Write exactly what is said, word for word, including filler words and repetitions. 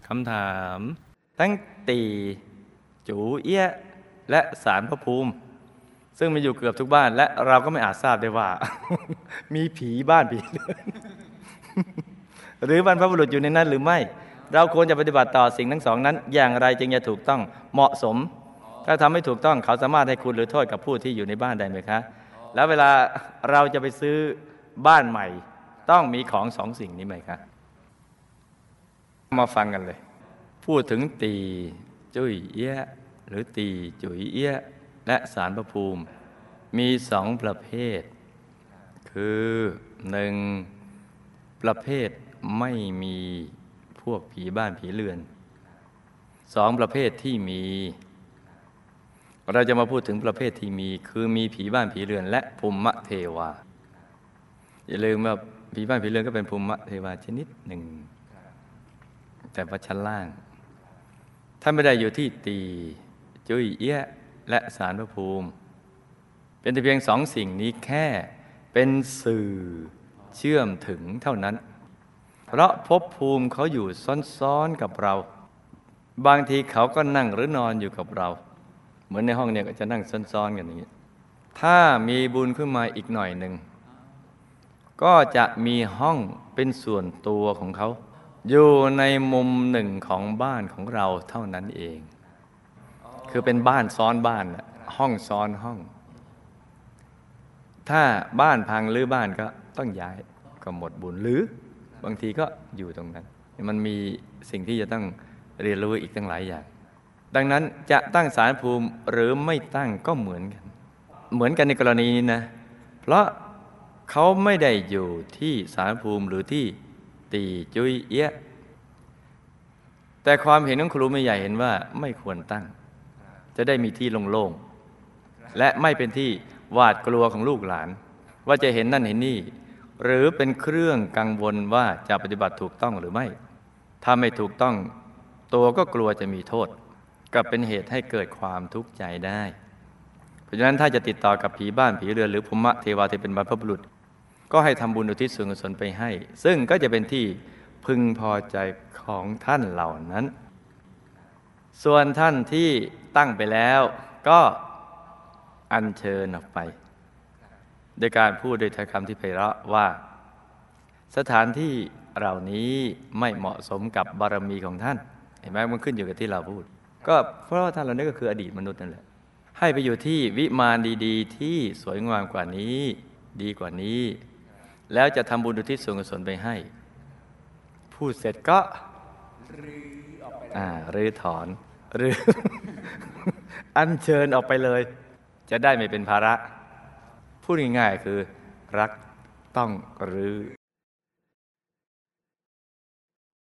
คำถามทั้งตีจูเอี้ยและศาลพระภูมิซึ่งมีอยู่เกือบทุกบ้านและเราก็ไม่อาจทราบได้ว่า มีผีบ้านผีเรือน หรือบรรพบุรุษอยู่ในนั้นหรือไม่เราควรจะปฏิบัติต่อสิ่งทั้งสองนั้นอย่างไรจึงจะถูกต้องเหมาะสมถ้าทำไม่ถูกต้องเขาสามารถให้คุณหรือโทษกับผู้ที่อยู่ในบ้านได้ไหมคะแล้วเวลาเราจะไปซื้อบ้านใหม่ต้องมีของสองสิ่งนี้ไหมคะมาฟังกันเลยพูดถึงตีจุ้ยเอี้ยหรือตีจุ๋ยเอี้ยและศาลพระภูมิมีสองประเภทคือหนึ่งประเภทไม่มีพวกผีบ้านผีเรือนสองประเภทที่มีเราจะมาพูดถึงประเภทที่มีคือมีผีบ้านผีเรือนและภูมิเทวาอย่าลืมว่าผีบ้านผีเรือนก็เป็นภูมิเทวาชนิดหนึ่งแต่ว่าชั้นล่างท่านไม่ได้อยู่ที่ตีจุ้ยเอี้ยและศาลพระภูมิเป็นแต่เพียงสองสิ่งนี้แค่เป็นสื่อเชื่อมถึงเท่านั้นเพราะภพภูมิเขาอยู่ซ้อนๆกับเราบางทีเขาก็นั่งหรือนอนอยู่กับเราเหมือนในห้องเนี่ยก็จะนั่งซ้อนๆกันอย่างนี้ถ้ามีบุญขึ้นมาอีกหน่อยหนึ่งก็จะมีห้องเป็นส่วนตัวของเขาอยู่ในมุมหนึ่งของบ้านของเราเท่านั้นเองคือเป็นบ้านซ้อนบ้านห้องซ้อนห้องถ้าบ้านพังหรือบ้านก็ต้องย้ายก็หมดบุญหรือบางทีก็อยู่ตรงนั้นมันมีสิ่งที่จะต้องเรียนรู้อีกตั้งหลายอย่างดังนั้นจะตั้งศาลภูมิหรือไม่ตั้งก็เหมือนกันเหมือนกันในกรณีนี้นะเพราะเขาไม่ได้อยู่ที่ศาลภูมิหรือที่ตีจุ้ยเอี้ยแต่ความเห็นของครูไม่ใหญ่เห็นว่าไม่ควรตั้งจะได้มีที่โล่งๆและไม่เป็นที่หวาดกลัวของลูกหลานว่าจะเห็นนั่นเห็นนี่หรือเป็นเครื่องกังวลว่าจะปฏิบัติถูกต้องหรือไม่ถ้าไม่ถูกต้องตัวก็กลัวจะมีโทษก็เป็นเหตุให้เกิดความทุกข์ใจได้เพราะฉะนั้นถ้าจะติดต่อกับผีบ้านผีเรือนหรือภูมิเทวาที่เป็นบรรพบุรุษก็ให้ทำบุญอุทิศส่วนกุศลไปให้ซึ่งก็จะเป็นที่พึงพอใจของท่านเหล่านั้นส่วนท่านที่ตั้งไปแล้วก็อัญเชิญออกไปโดยการพูดโดยถ้อยคำที่ไพเราะว่าสถานที่เหล่านี้ไม่เหมาะสมกับบารมีของท่านเห็นไหมมันขึ้นอยู่กับที่เราพูดก็เพราะว่าท่านเหล่านี้ก็คืออดีตมนุษย์นั่นแหละให้ไปอยู่ที่วิมานดีๆที่สวยงามกว่านี้ดีกว่านี้แล้วจะทำบุญอุทิศส่วนกุศลไปให้พูดเสร็จก็รื้อออกไปอ่ารื้อถอนรื้อ อัญเชิญออกไปเลยจะได้ไม่เป็นภาระพูดง่ายๆคือรักต้องรื้อ